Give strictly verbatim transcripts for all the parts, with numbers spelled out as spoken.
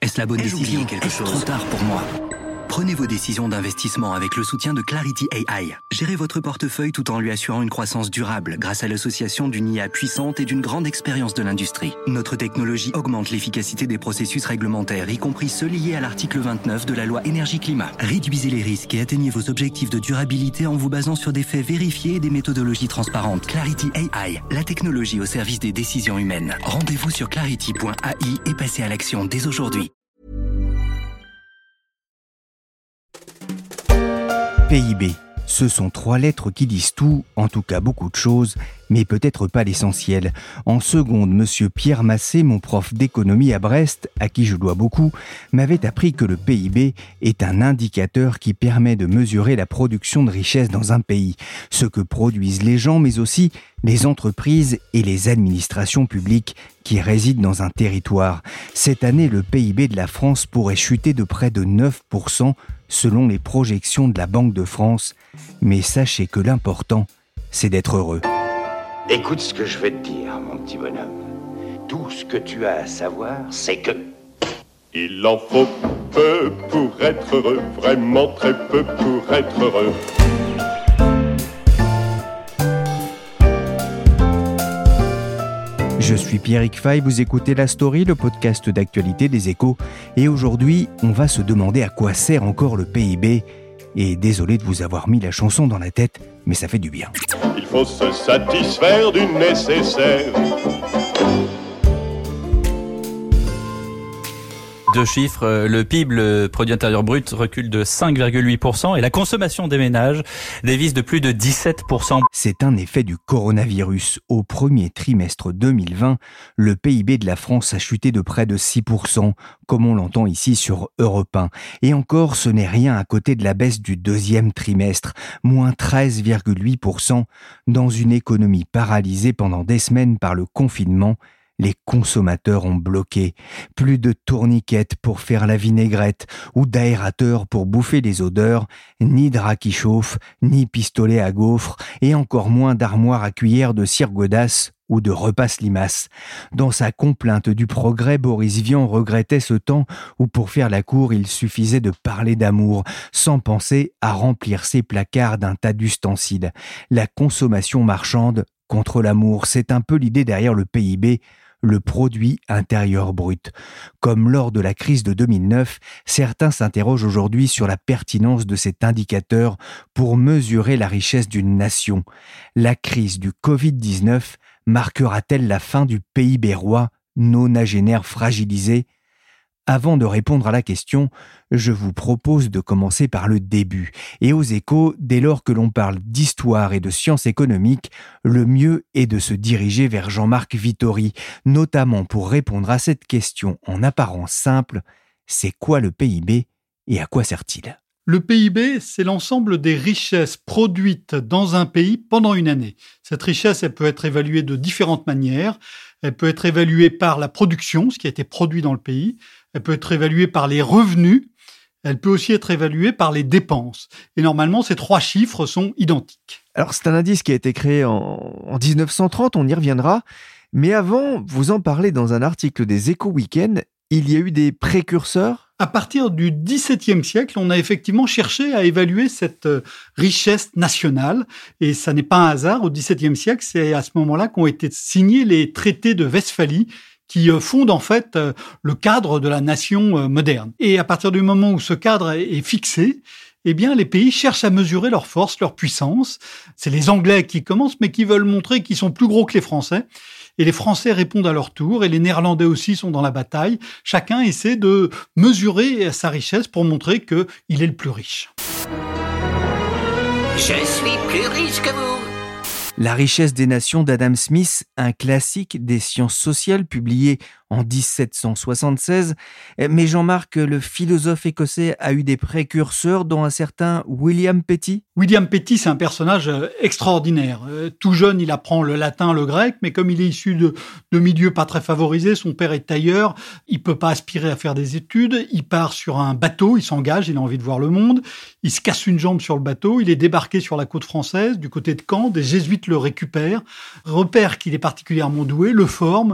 Est-ce la bonne Ai-je décision? oublié quelque Est-ce chose? trop tard pour moi? Prenez vos décisions d'investissement avec le soutien de Clarity A I. Gérez votre portefeuille tout en lui assurant une croissance durable grâce à l'association d'une I A puissante et d'une grande expérience de l'industrie. Notre technologie augmente l'efficacité des processus réglementaires, y compris ceux liés à l'article vingt-neuf de la loi énergie-climat. Réduisez les risques et atteignez vos objectifs de durabilité en vous basant sur des faits vérifiés et des méthodologies transparentes. Clarity A I, la technologie au service des décisions humaines. Rendez-vous sur clarity point A I et passez à l'action dès aujourd'hui. P I B, ce sont trois lettres qui disent tout, en tout cas beaucoup de choses, mais peut-être pas l'essentiel. En seconde, monsieur Pierre Massé, mon prof d'économie à Brest, à qui je dois beaucoup, m'avait appris que le P I B est un indicateur qui permet de mesurer la production de richesse dans un pays, ce que produisent les gens, mais aussi les entreprises et les administrations publiques qui résident dans un territoire. Cette année, le P I B de la France pourrait chuter de près de neuf pour cent selon les projections de la Banque de France. Mais sachez que l'important, c'est d'être heureux. Écoute ce que je vais te dire, mon petit bonhomme. Tout ce que tu as à savoir, c'est que... Il en faut peu pour être heureux, vraiment très peu pour être heureux. Je suis Pierrick Fay, vous écoutez La Story, le podcast d'actualité des Échos. Et aujourd'hui, on va se demander à quoi sert encore le P I B. Et désolé de vous avoir mis la chanson dans la tête, mais ça fait du bien. Il faut se satisfaire du nécessaire. Deux chiffres, le P I B, le produit intérieur brut, recule de cinq virgule huit pour cent et la consommation des ménages dévisse de plus de dix-sept pour cent. C'est un effet du coronavirus. Au premier trimestre deux mille vingt, le P I B de la France a chuté de près de six pour cent, comme on l'entend ici sur Europe un. Et encore, ce n'est rien à côté de la baisse du deuxième trimestre, moins treize virgule huit pour cent, dans une économie paralysée pendant des semaines par le confinement. Les consommateurs ont bloqué. Plus de tourniquettes pour faire la vinaigrette ou d'aérateurs pour bouffer les odeurs, ni drap qui chauffe, ni pistolet à gaufres, et encore moins d'armoires à cuillère de cire godasse ou de repas limaces. Dans sa complainte du progrès, Boris Vian regrettait ce temps où pour faire la cour, il suffisait de parler d'amour, sans penser à remplir ses placards d'un tas d'ustensiles. La consommation marchande contre l'amour, c'est un peu l'idée derrière le P I B, le produit intérieur brut. Comme lors de la crise de deux mille neuf, certains s'interrogent aujourd'hui sur la pertinence de cet indicateur pour mesurer la richesse d'une nation. La crise du covid dix-neuf marquera-t-elle la fin du P I B roi, nonagénaire fragilisé ? Avant de répondre à la question, je vous propose de commencer par le début. Et aux Échos, dès lors que l'on parle d'histoire et de sciences économiques, le mieux est de se diriger vers Jean-Marc Vittori, notamment pour répondre à cette question en apparence simple, c'est quoi le P I B et à quoi sert-il ? Le P I B, c'est l'ensemble des richesses produites dans un pays pendant une année. Cette richesse, elle peut être évaluée de différentes manières. Elle peut être évaluée par la production, ce qui a été produit dans le pays. Elle peut être évaluée par les revenus. Elle peut aussi être évaluée par les dépenses. Et normalement, ces trois chiffres sont identiques. Alors, c'est un indice qui a été créé en, en dix-neuf cent trente, on y reviendra. Mais avant, vous en parlez dans un article des Échos Week-end, il y a eu des précurseurs ? À partir du dix-septième siècle, on a effectivement cherché à évaluer cette richesse nationale. Et ça n'est pas un hasard. Au dix-septième siècle, c'est à ce moment-là qu'ont été signés les traités de Westphalie, qui fondent en fait le cadre de la nation moderne. Et à partir du moment où ce cadre est fixé, eh bien, les pays cherchent à mesurer leur force, leur puissance. C'est les Anglais qui commencent, mais qui veulent montrer qu'ils sont plus gros que les Français. Et les Français répondent à leur tour, et les Néerlandais aussi sont dans la bataille. Chacun essaie de mesurer sa richesse pour montrer qu'il est le plus riche. Je suis plus riche que vous. La richesse des nations d'Adam Smith, un classique des sciences sociales publié en dix-sept cent soixante-seize. Mais Jean-Marc, le philosophe écossais, a eu des précurseurs, dont un certain William Petty. William Petty, c'est un personnage extraordinaire. Tout jeune, il apprend le latin, le grec, mais comme il est issu de, de milieux pas très favorisés, son père est tailleur, il peut pas aspirer à faire des études, il part sur un bateau, il s'engage, il a envie de voir le monde, il se casse une jambe sur le bateau, il est débarqué sur la côte française, du côté de Caen, des jésuites le récupèrent, repèrent qu'il est particulièrement doué, le forment,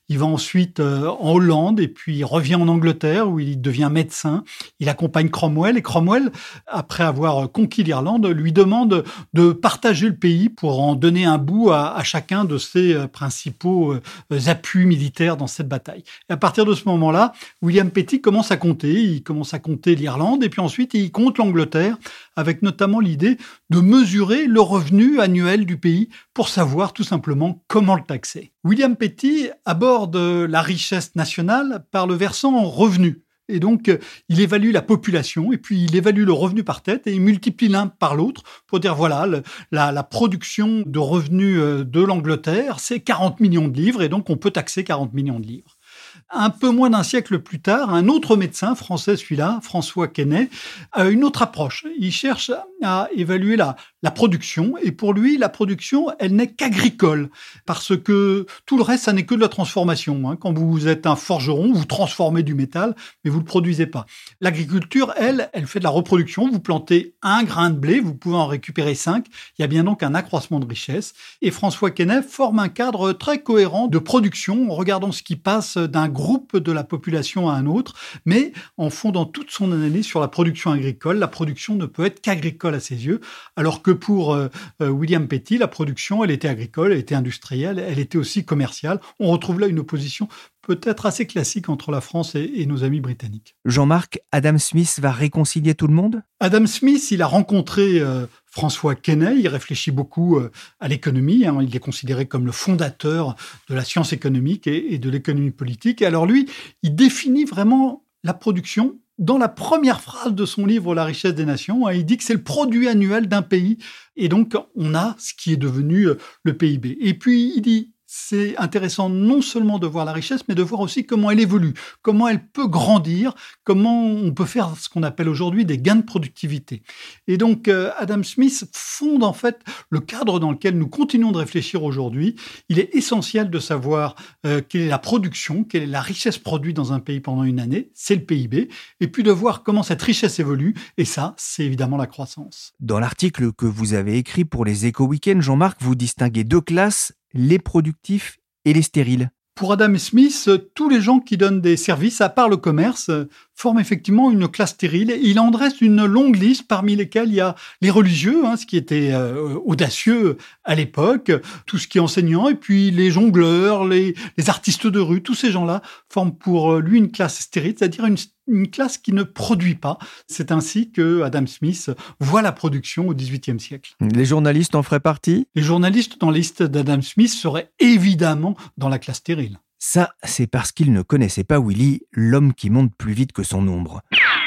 Il va ensuite euh, en Hollande et puis il revient en Angleterre où il devient médecin. Il accompagne Cromwell et Cromwell, après avoir conquis l'Irlande, lui demande de partager le pays pour en donner un bout à, à chacun de ses euh, principaux euh, appuis militaires dans cette bataille. Et à partir de ce moment-là, William Petty commence à compter. Il commence à compter l'Irlande et puis ensuite il compte l'Angleterre avec notamment l'idée de mesurer le revenu annuel du pays pour savoir tout simplement comment le taxer. William Petty aborde la richesse nationale par le versant revenu. Et donc, il évalue la population et puis il évalue le revenu par tête et il multiplie l'un par l'autre pour dire voilà, le, la, la production de revenus de l'Angleterre, c'est quarante millions de livres et donc on peut taxer quarante millions de livres. Un peu moins d'un siècle plus tard, un autre médecin français, celui-là, François Quesnay, a une autre approche. Il cherche à évaluer la, la production et pour lui, la production, elle n'est qu'agricole parce que tout le reste, ça n'est que de la transformation. Hein. Quand vous êtes un forgeron, vous transformez du métal, mais vous ne le produisez pas. L'agriculture, elle, elle fait de la reproduction. Vous plantez un grain de blé, vous pouvez en récupérer cinq. Il y a bien donc un accroissement de richesse. Et François Quesnay forme un cadre très cohérent de production en regardant ce qui passe d'un groupe de la population à un autre, mais en fondant toute son analyse sur la production agricole. La production ne peut être qu'agricole à ses yeux, alors que pour euh, William Petty, la production, elle était agricole, elle était industrielle, elle était aussi commerciale. On retrouve là une opposition peut-être assez classique entre la France et, et nos amis britanniques. Jean-Marc, Adam Smith va réconcilier tout le monde ? Adam Smith, il a rencontré euh, François Quesnay, il réfléchit beaucoup euh, à l'économie, hein, il est considéré comme le fondateur de la science économique et, et de l'économie politique. Et alors lui, il définit vraiment la production dans la première phrase de son livre « La richesse des nations », hein, il dit que c'est le produit annuel d'un pays. Et donc, on a ce qui est devenu euh, le P I B. Et puis, il dit c'est intéressant non seulement de voir la richesse, mais de voir aussi comment elle évolue, comment elle peut grandir, comment on peut faire ce qu'on appelle aujourd'hui des gains de productivité. Et donc, euh, Adam Smith fonde en fait le cadre dans lequel nous continuons de réfléchir aujourd'hui. Il est essentiel de savoir euh, quelle est la production, quelle est la richesse produite dans un pays pendant une année, c'est le P I B, et puis de voir comment cette richesse évolue, et ça, c'est évidemment la croissance. Dans l'article que vous avez écrit pour les Éco-Weekends, Jean-Marc, vous distinguez deux classes, les productifs et les stériles. Pour Adam Smith, tous les gens qui donnent des services, à part le commerce, forment effectivement une classe stérile. Et il en dresse une longue liste parmi lesquels il y a les religieux, hein, ce qui était euh, audacieux à l'époque, tout ce qui est enseignant, et puis les jongleurs, les, les artistes de rue, tous ces gens-là forment pour lui une classe stérile, c'est-à-dire une, une classe qui ne produit pas. C'est ainsi que Adam Smith voit la production au dix-huitième siècle. Les journalistes en feraient partie ? Les journalistes dans la liste d'Adam Smith seraient évidemment dans la classe stérile. Ça, c'est parce qu'il ne connaissait pas Willy, l'homme qui monte plus vite que son ombre.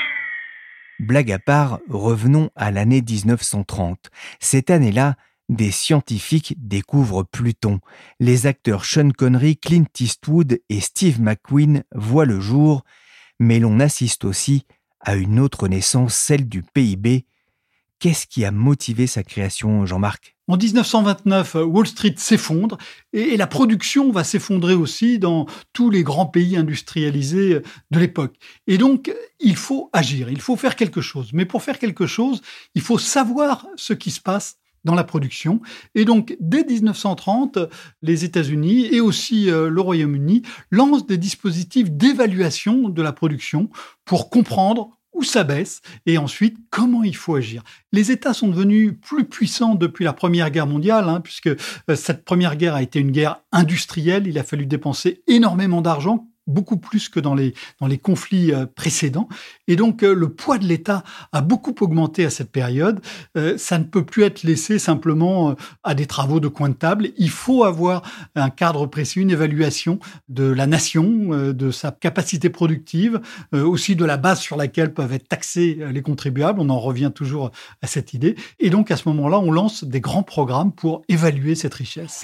Blague à part, revenons à l'année dix-neuf cent trente. Cette année-là, des scientifiques découvrent Pluton. Les acteurs Sean Connery, Clint Eastwood et Steve McQueen voient le jour, mais l'on assiste aussi à une autre naissance, celle du P I B. Qu'est-ce qui a motivé sa création, Jean-Marc ? En dix-neuf cent vingt-neuf, Wall Street s'effondre et la production va s'effondrer aussi dans tous les grands pays industrialisés de l'époque. Et donc, il faut agir, il faut faire quelque chose. Mais pour faire quelque chose, il faut savoir ce qui se passe dans la production. Et donc, dès dix-neuf cent trente, les États-Unis et aussi euh, le Royaume-Uni lancent des dispositifs d'évaluation de la production pour comprendre où ça baisse, et ensuite, comment il faut agir. Les États sont devenus plus puissants depuis la Première Guerre mondiale, hein, puisque euh, cette Première Guerre a été une guerre industrielle. Il a fallu dépenser énormément d'argent, beaucoup plus que dans les, dans les conflits euh, précédents. Et donc, euh, le poids de l'État a beaucoup augmenté à cette période. Euh, ça ne peut plus être laissé simplement euh, à des travaux de coin de table. Il faut avoir un cadre précis, une évaluation de la nation, euh, de sa capacité productive, euh, aussi de la base sur laquelle peuvent être taxés euh, les contribuables. On en revient toujours à cette idée. Et donc, à ce moment-là, on lance des grands programmes pour évaluer cette richesse.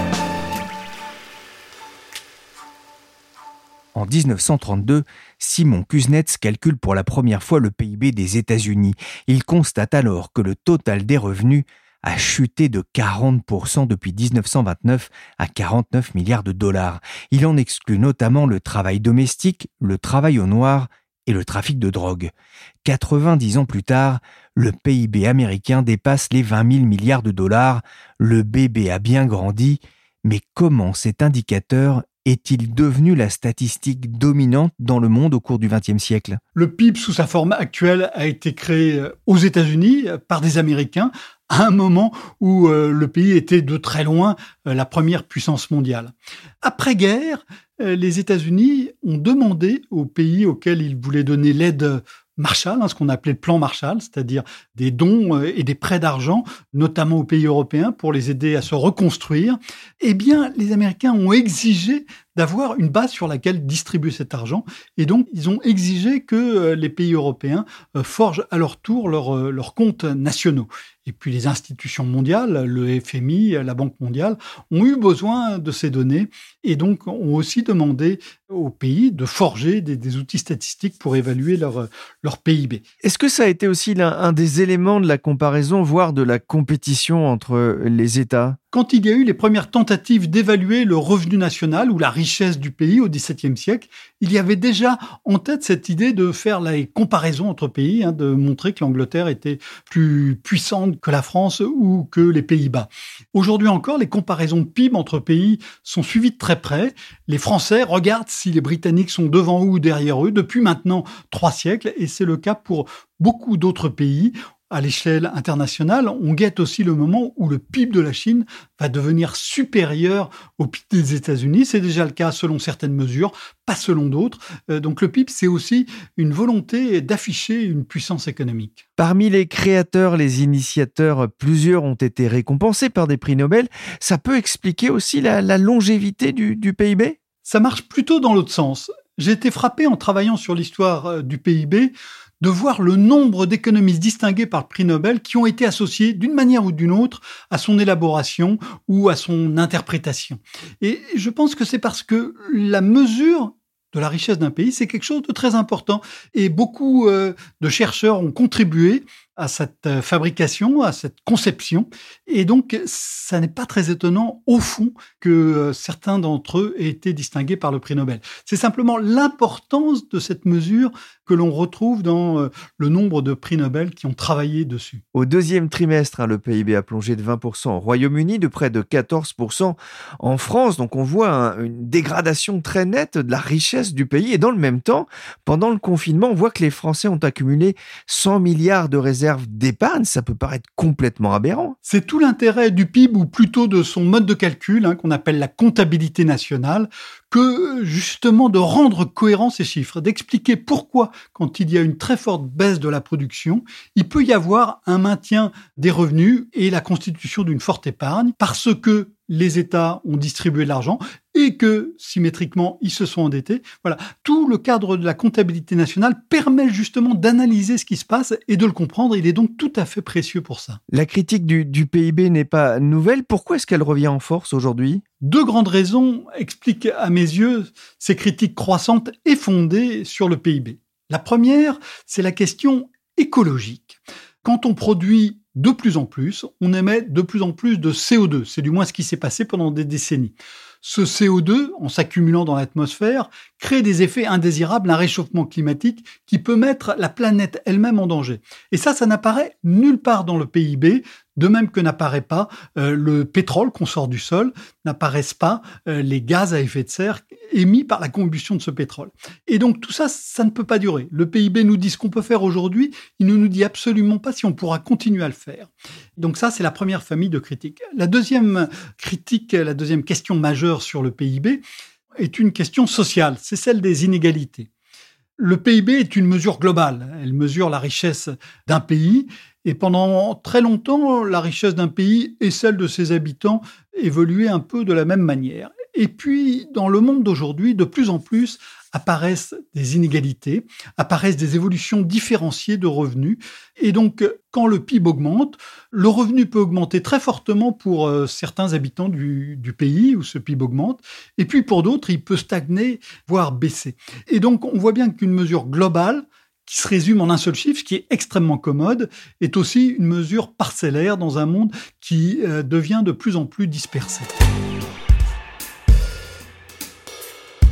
En dix-neuf cent trente-deux, Simon Kuznets calcule pour la première fois le P I B des États-Unis. Il constate alors que le total des revenus a chuté de quarante pour cent depuis dix-neuf cent vingt-neuf à quarante-neuf milliards de dollars. Il en exclut notamment le travail domestique, le travail au noir et le trafic de drogue. quatre-vingt-dix ans plus tard, le P I B américain dépasse les vingt mille milliards de dollars. Le bébé a bien grandi, mais comment cet indicateur est-il devenu la statistique dominante dans le monde au cours du vingtième siècle ? Le P I B sous sa forme actuelle a été créé aux États-Unis par des Américains à un moment où euh, le pays était de très loin euh, la première puissance mondiale. Après-guerre, euh, les États-Unis ont demandé aux pays auxquels ils voulaient donner l'aide Marshall, hein, ce qu'on appelait le plan Marshall, c'est-à-dire des dons et des prêts d'argent, notamment aux pays européens, pour les aider à se reconstruire, eh bien, les Américains ont exigé d'avoir une base sur laquelle distribuer cet argent. Et donc, ils ont exigé que les pays européens forgent à leur tour leurs leurs comptes nationaux. Et puis, les institutions mondiales, le F M I, la Banque mondiale, ont eu besoin de ces données et donc ont aussi demandé aux pays de forger des, des outils statistiques pour évaluer leur, leur P I B. Est-ce que ça a été aussi l'un, un des éléments de la comparaison, voire de la compétition entre les États ? Quand il y a eu les premières tentatives d'évaluer le revenu national ou la richesse du pays au dix-septième siècle, il y avait déjà en tête cette idée de faire les comparaisons entre pays, hein, de montrer que l'Angleterre était plus puissante que la France ou que les Pays-Bas. Aujourd'hui encore, les comparaisons de P I B entre pays sont suivies de très près. Les Français regardent si les Britanniques sont devant eux ou derrière eux depuis maintenant trois siècles, et c'est le cas pour beaucoup d'autres pays. À l'échelle internationale, on guette aussi le moment où le P I B de la Chine va devenir supérieur au P I B des États-Unis. C'est déjà le cas selon certaines mesures, pas selon d'autres. Donc le P I B, c'est aussi une volonté d'afficher une puissance économique. Parmi les créateurs, les initiateurs, plusieurs ont été récompensés par des prix Nobel. Ça peut expliquer aussi la, la longévité du, du P I B ? Ça marche plutôt dans l'autre sens. J'ai été frappé en travaillant sur l'histoire du P I B de voir le nombre d'économistes distingués par le prix Nobel qui ont été associés d'une manière ou d'une autre à son élaboration ou à son interprétation. Et je pense que c'est parce que la mesure de la richesse d'un pays, c'est quelque chose de très important. Et beaucoup euh, de chercheurs ont contribué à cette fabrication, à cette conception. Et donc, ça n'est pas très étonnant, au fond, que certains d'entre eux aient été distingués par le prix Nobel. C'est simplement l'importance de cette mesure que l'on retrouve dans le nombre de prix Nobel qui ont travaillé dessus. Au deuxième trimestre, hein, le P I B a plongé de vingt pour cent au Royaume-Uni, de près de quatorze pour cent en France. Donc, on voit hein, une dégradation très nette de la richesse du pays. Et dans le même temps, pendant le confinement, on voit que les Français ont accumulé cent milliards de réserves d'épargne. Ça peut paraître complètement aberrant. C'est tout l'intérêt du P I B, ou plutôt de son mode de calcul, hein, qu'on appelle la comptabilité nationale, que justement de rendre cohérents ces chiffres, d'expliquer pourquoi, quand il y a une très forte baisse de la production, il peut y avoir un maintien des revenus et la constitution d'une forte épargne, parce que les États ont distribué de l'argent et que, symétriquement, ils se sont endettés. Voilà. Tout le cadre de la comptabilité nationale permet justement d'analyser ce qui se passe et de le comprendre. Il est donc tout à fait précieux pour ça. La critique du, du P I B n'est pas nouvelle. Pourquoi est-ce qu'elle revient en force aujourd'hui ? Deux grandes raisons expliquent, à mes yeux, ces critiques croissantes et fondées sur le P I B. La première, c'est la question écologique. Quand on produit de plus en plus, on émet de plus en plus de C O deux. C'est du moins ce qui s'est passé pendant des décennies. Ce C O deux, en s'accumulant dans l'atmosphère, crée des effets indésirables, un réchauffement climatique qui peut mettre la planète elle-même en danger. Et ça, ça n'apparaît nulle part dans le P I B, de même que n'apparaît pas euh, le pétrole qu'on sort du sol, n'apparaissent pas euh, les gaz à effet de serre émis par la combustion de ce pétrole. Et donc tout ça, ça ne peut pas durer. Le P I B nous dit ce qu'on peut faire aujourd'hui, il ne nous dit absolument pas si on pourra continuer à le faire. Donc ça, c'est la première famille de critiques. La deuxième critique, la deuxième question majeure sur le P I B est une question sociale, c'est celle des inégalités. Le P I B est une mesure globale, elle mesure la richesse d'un pays. Et pendant très longtemps, la richesse d'un pays et celle de ses habitants évoluaient un peu de la même manière. Et puis, dans le monde d'aujourd'hui, de plus en plus apparaissent des inégalités, apparaissent des évolutions différenciées de revenus. Et donc, quand le P I B augmente, le revenu peut augmenter très fortement pour euh, certains habitants du, du pays où ce P I B augmente. Et puis, pour d'autres, il peut stagner, voire baisser. Et donc, on voit bien qu'une mesure globale, qui se résume en un seul chiffre, qui est extrêmement commode, est aussi une mesure parcellaire dans un monde qui euh, devient de plus en plus dispersé.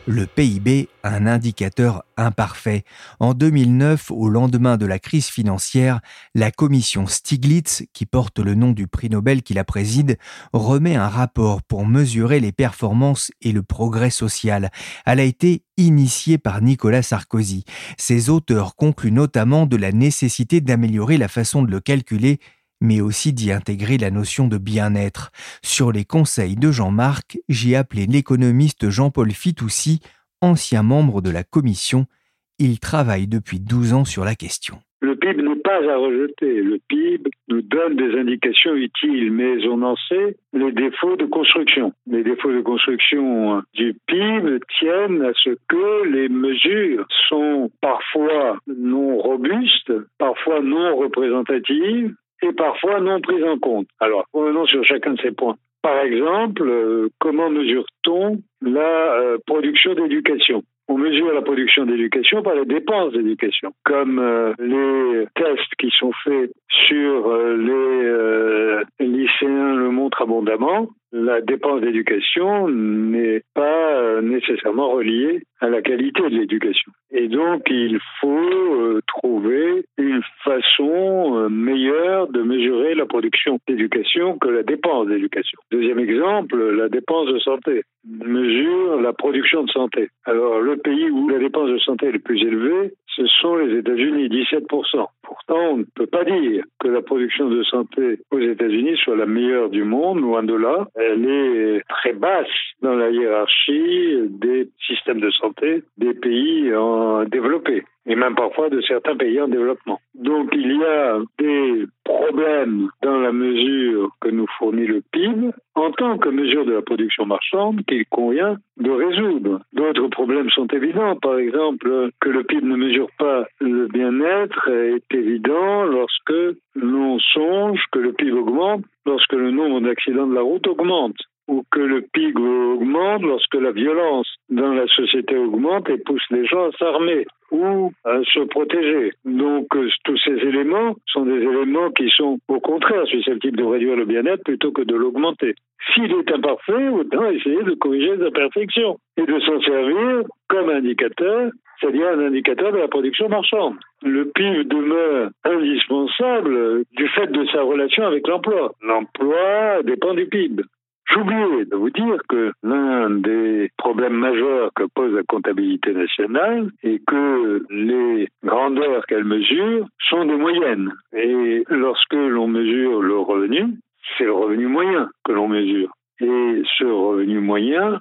Le P I B, un indicateur imparfait. En deux mille neuf, au lendemain de la crise financière, la commission Stiglitz, qui porte le nom du prix Nobel qui la préside, remet un rapport pour mesurer les performances et le progrès social. Elle a été initiée par Nicolas Sarkozy. Ses auteurs concluent notamment de la nécessité d'améliorer la façon de le calculer, mais aussi d'y intégrer la notion de bien-être. Sur les conseils de Jean-Marc, j'ai appelé l'économiste Jean-Paul Fitoussi, ancien membre de la commission. Il travaille depuis douze ans sur la question. Le P I B n'est pas à rejeter. Le P I B nous donne des indications utiles, mais on en sait les défauts de construction. Les défauts de construction du P I B tiennent à ce que les mesures sont parfois non robustes, parfois non représentatives, et parfois non prises en compte. Alors, revenons sur chacun de ces points. Par exemple, euh, comment mesure-t-on la euh, production d'éducation ? On mesure la production d'éducation par les dépenses d'éducation, comme euh, les tests qui sont faits sur euh, les euh, lycéens le montrent abondamment. La dépense d'éducation n'est pas euh, nécessairement reliée à la qualité de l'éducation. Et donc, il faut euh, trouver une façon euh, meilleure de mesurer la production d'éducation que la dépense d'éducation. Deuxième exemple, la dépense de santé mesure la production de santé. Alors, le pays où la dépense de santé est le plus élevée, ce sont les États-Unis, dix-sept pour cent. Pourtant, on ne peut pas dire que la production de santé aux États-Unis soit la meilleure du monde, loin de là. Elle est très basse dans la hiérarchie des systèmes de santé des pays en développés, et même parfois de certains pays en développement. Donc il y a des problèmes dans la mesure que nous fournit le P I B en tant que mesure de la production marchande qu'il convient de résoudre. D'autres problèmes sont évidents. Par exemple, que le P I B ne mesure pas le bien-être est évident lorsque l'on songe que le P I B augmente lorsque le nombre d'accidents de la route augmente, ou que le P I B augmente lorsque la violence dans la société augmente et pousse les gens à s'armer ou à se protéger. Donc euh, tous ces éléments sont des éléments qui sont au contraire susceptibles de réduire le bien-être plutôt que de l'augmenter. S'il est imparfait, autant essayer de corriger les imperfections et de s'en servir comme indicateur, c'est-à-dire un indicateur de la production marchande. Le P I B demeure indispensable du fait de sa relation avec l'emploi. L'emploi dépend du P I B. J'oubliais de vous dire que l'un des problèmes majeurs que pose la comptabilité nationale est que les grandeurs qu'elle mesure sont des moyennes. Et lorsque l'on mesure le revenu, c'est le revenu moyen que l'on mesure. Et ce revenu moyen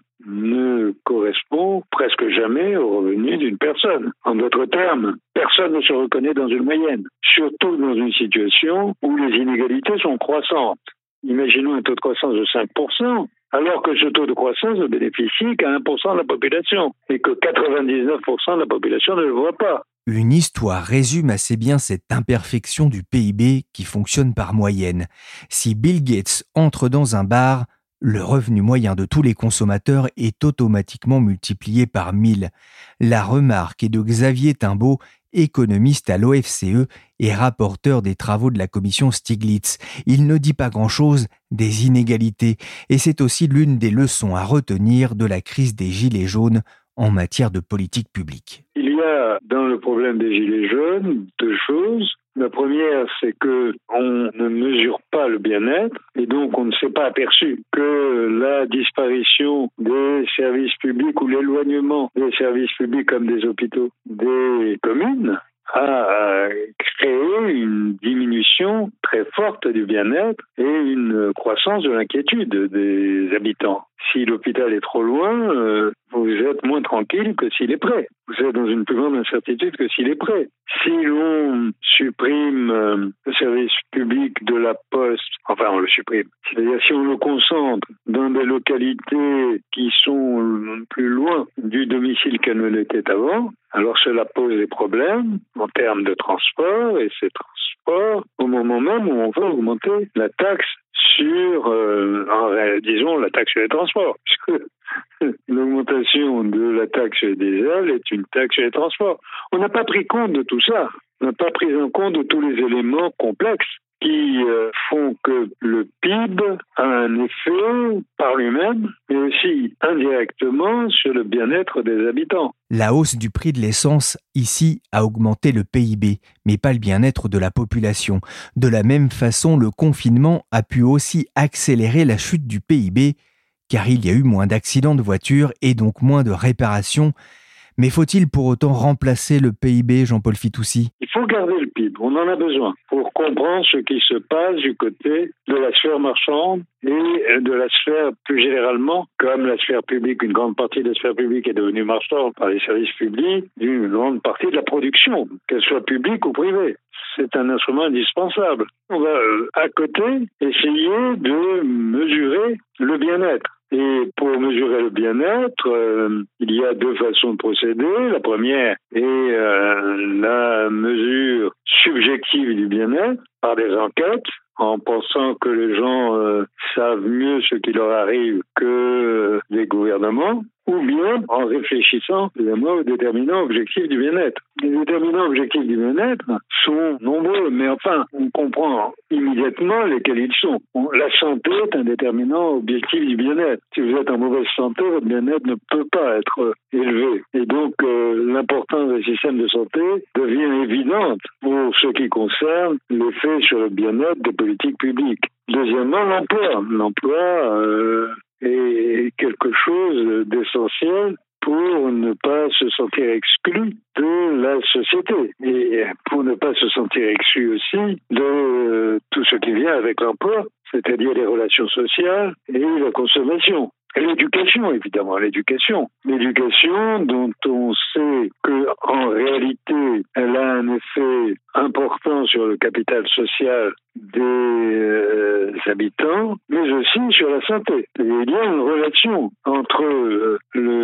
ne correspond presque jamais au revenu d'une personne. En d'autres termes, personne ne se reconnaît dans une moyenne, surtout dans une situation où les inégalités sont croissantes. Imaginons un taux de croissance de cinq pour cent, alors que ce taux de croissance ne bénéficie qu'à un pour cent de la population et que quatre-vingt-dix-neuf pour cent de la population ne le voit pas. Une histoire résume assez bien cette imperfection du P I B qui fonctionne par moyenne. Si Bill Gates entre dans un bar, le revenu moyen de tous les consommateurs est automatiquement multiplié par mille. La remarque est de Xavier Timbaud, économiste à l'O F C E et rapporteur des travaux de la commission Stiglitz. Il ne dit pas grand-chose des inégalités et c'est aussi l'une des leçons à retenir de la crise des Gilets jaunes en matière de politique publique. Il y a dans le problème des Gilets jaunes deux choses. La première, c'est que on ne mesure pas le bien-être et donc on ne s'est pas aperçu que la disparition des services publics ou l'éloignement des services publics comme des hôpitaux des communes a créé une diminution très forte du bien-être et une croissance de l'inquiétude des habitants. Si l'hôpital est trop loin, euh, vous êtes moins tranquille que s'il est près. Vous êtes dans une plus grande incertitude que s'il est près. Si l'on supprime euh, le service public de la poste, enfin on le supprime, c'est-à-dire si on le concentre dans des localités qui sont plus loin du domicile qu'elles ne l'étaient avant, alors cela pose des problèmes en termes de transport, et ces transports, au moment même où on veut augmenter la taxe sur, euh, en, disons, la taxe sur les transports, puisque l'augmentation de la taxe sur les diesel est une taxe sur les transports. On n'a pas pris compte de tout ça. On n'a pas pris en compte de tous les éléments complexes qui euh, font que le P I B a un effet par lui-même, mais aussi indirectement sur le bien-être des habitants. La hausse du prix de l'essence, ici, a augmenté le P I B, mais pas le bien-être de la population. De la même façon, le confinement a pu aussi accélérer la chute du P I B, car il y a eu moins d'accidents de voiture et donc moins de réparations. Mais faut-il pour autant remplacer le P I B, Jean-Paul Fitoussi ? Il faut garder le P I B, on en a besoin pour comprendre ce qui se passe du côté de la sphère marchande et de la sphère plus généralement, comme la sphère publique, une grande partie de la sphère publique est devenue marchande par les services publics, d'une grande partie de la production, qu'elle soit publique ou privée. C'est un instrument indispensable. On va euh, à côté essayer de mesurer le bien-être. Et pour mesurer le bien-être, euh, il y a deux façons de procéder. La première est euh, la mesure subjective du bien-être par des enquêtes, en pensant que les gens euh, savent mieux ce qui leur arrive que euh, les gouvernements, ou bien en réfléchissant évidemment aux déterminants objectifs du bien-être. Les déterminants objectifs du bien-être sont nombreux, mais enfin, on comprend immédiatement lesquels ils sont. La santé est un déterminant objectif du bien-être. Si vous êtes en mauvaise santé, votre bien-être ne peut pas être élevé. Et donc, euh, l'importance des systèmes de santé devient évidente pour ce qui concerne l'effet sur le bien-être des politiques publiques. Deuxièmement, l'emploi. L'emploi euh, est quelque chose d'essentiel pour ne pas se sentir exclu de la société et pour ne pas se sentir exclu aussi de tout ce qui vient avec l'emploi, c'est-à-dire les relations sociales et la consommation. Et l'éducation, évidemment, l'éducation. L'éducation dont on sait qu'en réalité, elle a un effet important sur le capital social des euh, habitants, mais aussi sur la santé. Et il y a une relation entre euh,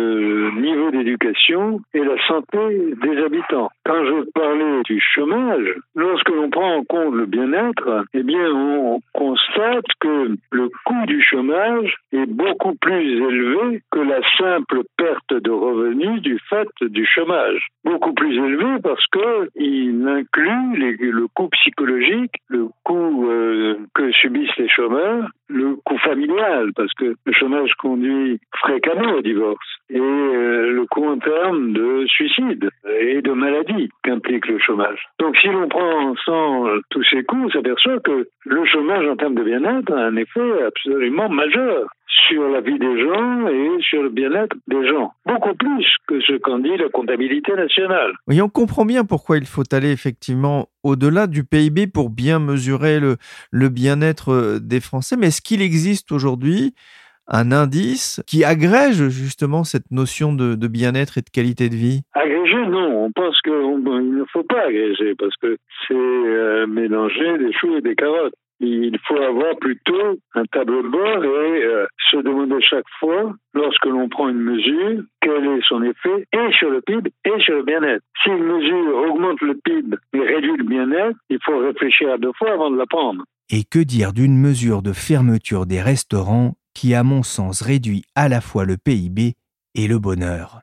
le niveau d'éducation et la santé des habitants. Quand je parlais du chômage, lorsque l'on prend en compte le bien-être, eh bien, on constate que le coût du chômage est beaucoup plus élevé que la simple perte de revenus du fait du chômage. Beaucoup plus élevé parce que il inclut les, le coût psychologique, le coût euh, que subissent les chômeurs, le coût familial, parce que le chômage conduit fréquemment au divorce, et euh, le coût en termes de suicide et de maladie qu'implique le chômage. Donc si l'on prend ensemble tous ces coûts, on s'aperçoit que le chômage en termes de bien-être a un effet absolument majeur sur la vie des gens et sur le bien-être des gens. Beaucoup plus que ce qu'en dit la comptabilité nationale. Oui, on comprend bien pourquoi il faut aller effectivement au-delà du P I B pour bien mesurer le, le bien-être des Français. Mais est-ce qu'il existe aujourd'hui un indice qui agrège justement cette notion de, de bien-être et de qualité de vie? Agréger, non. On pense qu'il ne faut pas agréger parce que c'est euh, mélanger des choux et des carottes. Il faut avoir plutôt un tableau de bord et euh, se demander chaque fois, lorsque l'on prend une mesure, quel est son effet et sur le P I B et sur le bien-être. Si une mesure augmente le P I B et réduit le bien-être, il faut réfléchir à deux fois avant de la prendre. Et que dire d'une mesure de fermeture des restaurants qui, à mon sens, réduit à la fois le P I B et le bonheur?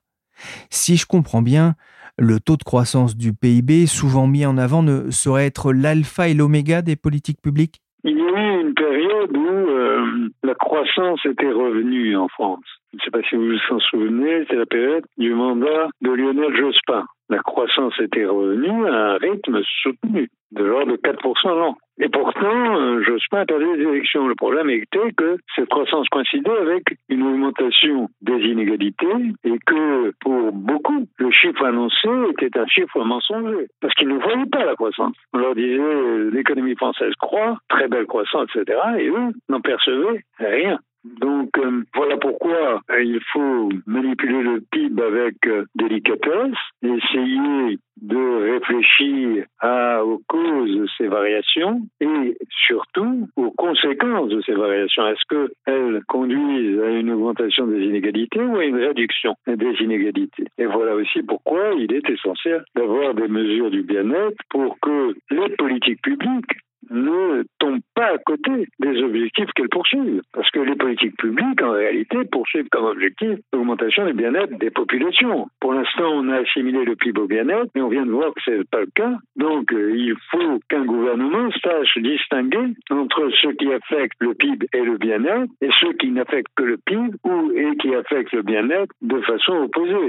Si je comprends bien, le taux de croissance du P I B, souvent mis en avant, ne saurait être l'alpha et l'oméga des politiques publiques? Il y a eu une période où euh, la croissance était revenue en France. Je ne sais pas si vous vous en souvenez, c'est la période du mandat de Lionel Jospin. La croissance était revenue à un rythme soutenu, de l'ordre de quatre pour cent l'an. Et pourtant, euh, Jospin a perdu les élections. Le problème était que cette croissance coïncidait avec une augmentation des inégalités et que, pour beaucoup, le chiffre annoncé était un chiffre mensonger. Parce qu'ils ne voyaient pas la croissance. On leur disait, euh, l'économie française croît, très belle croissance, et cetera. Et eux n'en percevaient rien. Donc, euh, voilà pourquoi euh, il faut manipuler le P I B avec euh, délicatesse, essayer de réfléchir à, aux causes de ces variations et surtout aux conséquences de ces variations. Est-ce qu'elles conduisent à une augmentation des inégalités ou à une réduction des inégalités? Et voilà aussi pourquoi il est essentiel d'avoir des mesures du bien-être pour que les politiques publiques ne tombe pas à côté des objectifs qu'elle poursuit. Parce que les politiques publiques, en réalité, poursuivent comme objectif l'augmentation du bien-être des populations. Pour l'instant, on a assimilé le P I B au bien-être, mais on vient de voir que ce n'est pas le cas. Donc, euh, il faut qu'un gouvernement sache distinguer entre ce qui affecte le P I B et le bien-être et ce qui n'affecte que le P I B ou et qui affecte le bien-être de façon opposée.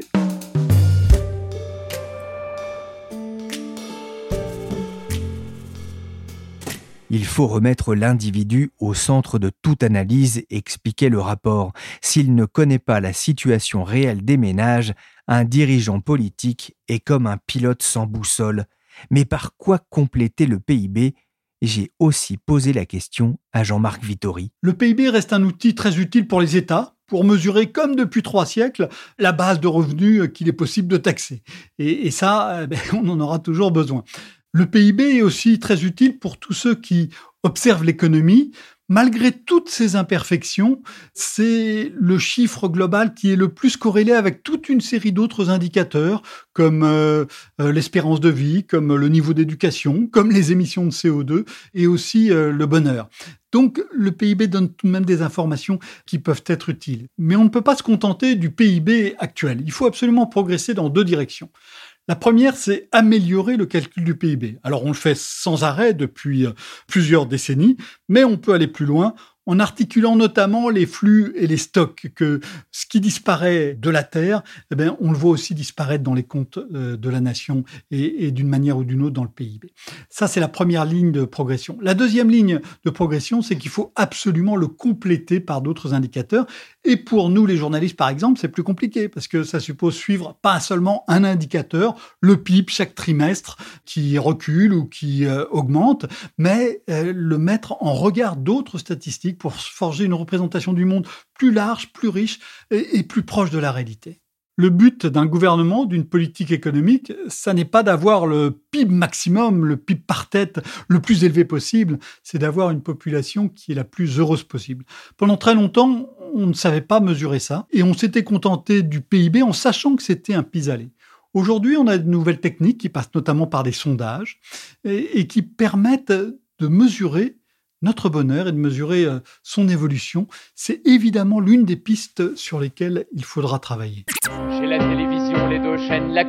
Il faut remettre l'individu au centre de toute analyse, expliquait le rapport. S'il ne connaît pas la situation réelle des ménages, un dirigeant politique est comme un pilote sans boussole. Mais par quoi compléter le P I B ? J'ai aussi posé la question à Jean-Marc Vittori. Le P I B reste un outil très utile pour les États, pour mesurer, comme depuis trois siècles, la base de revenus qu'il est possible de taxer. Et, et ça, eh ben, on en aura toujours besoin. Le P I B est aussi très utile pour tous ceux qui observent l'économie. Malgré toutes ces imperfections, c'est le chiffre global qui est le plus corrélé avec toute une série d'autres indicateurs, comme euh, euh, l'espérance de vie, comme le niveau d'éducation, comme les émissions de C O deux et aussi euh, le bonheur. Donc, le P I B donne tout de même des informations qui peuvent être utiles. Mais on ne peut pas se contenter du P I B actuel. Il faut absolument progresser dans deux directions. La première, c'est améliorer le calcul du P I B. Alors, on le fait sans arrêt depuis plusieurs décennies, mais on peut aller plus loin en articulant notamment les flux et les stocks, que ce qui disparaît de la Terre, eh bien, on le voit aussi disparaître dans les comptes de la nation et, et d'une manière ou d'une autre dans le P I B. Ça, c'est la première ligne de progression. La deuxième ligne de progression, c'est qu'il faut absolument le compléter par d'autres indicateurs. Et pour nous, les journalistes, par exemple, c'est plus compliqué parce que ça suppose suivre pas seulement un indicateur, le P I B chaque trimestre qui recule ou qui euh, augmente, mais euh, le mettre en regard d'autres statistiques pour forger une représentation du monde plus large, plus riche et, et plus proche de la réalité. Le but d'un gouvernement, d'une politique économique, ça n'est pas d'avoir le P I B maximum, le P I B par tête le plus élevé possible, c'est d'avoir une population qui est la plus heureuse possible. Pendant très longtemps, on ne savait pas mesurer ça et on s'était contenté du P I B en sachant que c'était un pis-aller. Aujourd'hui, on a de nouvelles techniques qui passent notamment par des sondages et, et qui permettent de mesurer notre bonheur et de mesurer son évolution. C'est évidemment l'une des pistes sur lesquelles il faudra travailler. J'ai la télévision, les deux chaînes, la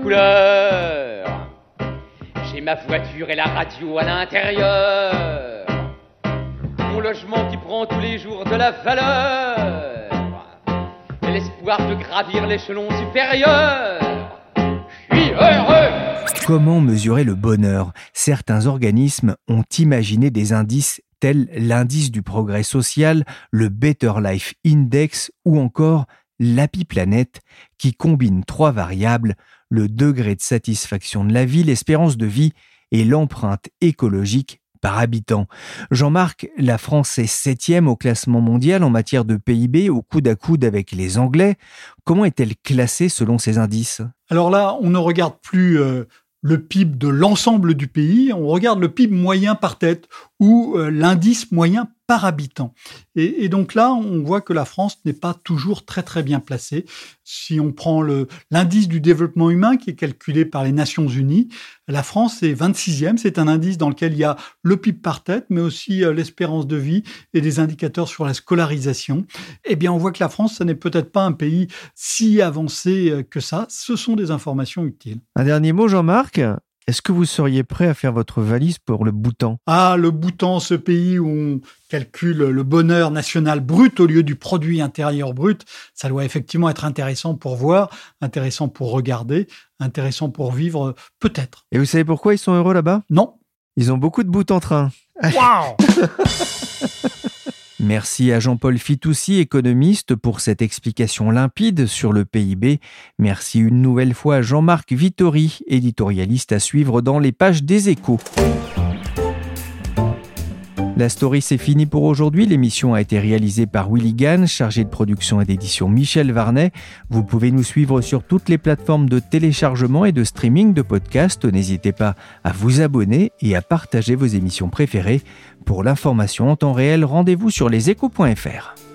couleur. J'ai ma voiture et la radio à l'intérieur. Mon logement qui prend tous les jours de la valeur. Et l'espoir de gravir l'échelon supérieur. Je suis heureux. Comment mesurer le bonheur ? Certains organismes ont imaginé des indices tels l'indice du progrès social, le Better Life Index ou encore l'Happy Planet, qui combine trois variables, le degré de satisfaction de la vie, l'espérance de vie et l'empreinte écologique par habitant. Jean-Marc, la France est septième au classement mondial en matière de P I B, au coude à coude avec les Anglais. Comment est-elle classée selon ces indices ? Alors là, on ne regarde plus euh, le P I B de l'ensemble du pays, on regarde le P I B moyen par tête ou euh, l'indice moyen par habitant. Et, et donc là, on voit que la France n'est pas toujours très très bien placée. Si on prend le, l'indice du développement humain qui est calculé par les Nations Unies, la France est vingt-sixième. C'est un indice dans lequel il y a le P I B par tête, mais aussi euh, l'espérance de vie et des indicateurs sur la scolarisation. Eh bien, on voit que la France, ce n'est peut-être pas un pays si avancé que ça. Ce sont des informations utiles. Un dernier mot, Jean-Marc ? Est-ce que vous seriez prêt à faire votre valise pour le Bhoutan ? Ah, le Bhoutan, ce pays où on calcule le bonheur national brut au lieu du produit intérieur brut, ça doit effectivement être intéressant pour voir, intéressant pour regarder, intéressant pour vivre, peut-être. Et vous savez pourquoi ils sont heureux là-bas ? Non. Ils ont beaucoup de bouts en train. Waouh ! Merci à Jean-Paul Fitoussi, économiste, pour cette explication limpide sur le P I B. Merci une nouvelle fois à Jean-Marc Vittori, éditorialiste à suivre dans les pages des Échos. La story, c'est fini pour aujourd'hui. L'émission a été réalisée par Willy Gann, chargé de production et d'édition Michel Varnet. Vous pouvez nous suivre sur toutes les plateformes de téléchargement et de streaming de podcasts. N'hésitez pas à vous abonner et à partager vos émissions préférées. Pour l'information en temps réel, rendez-vous sur leséchos point f r.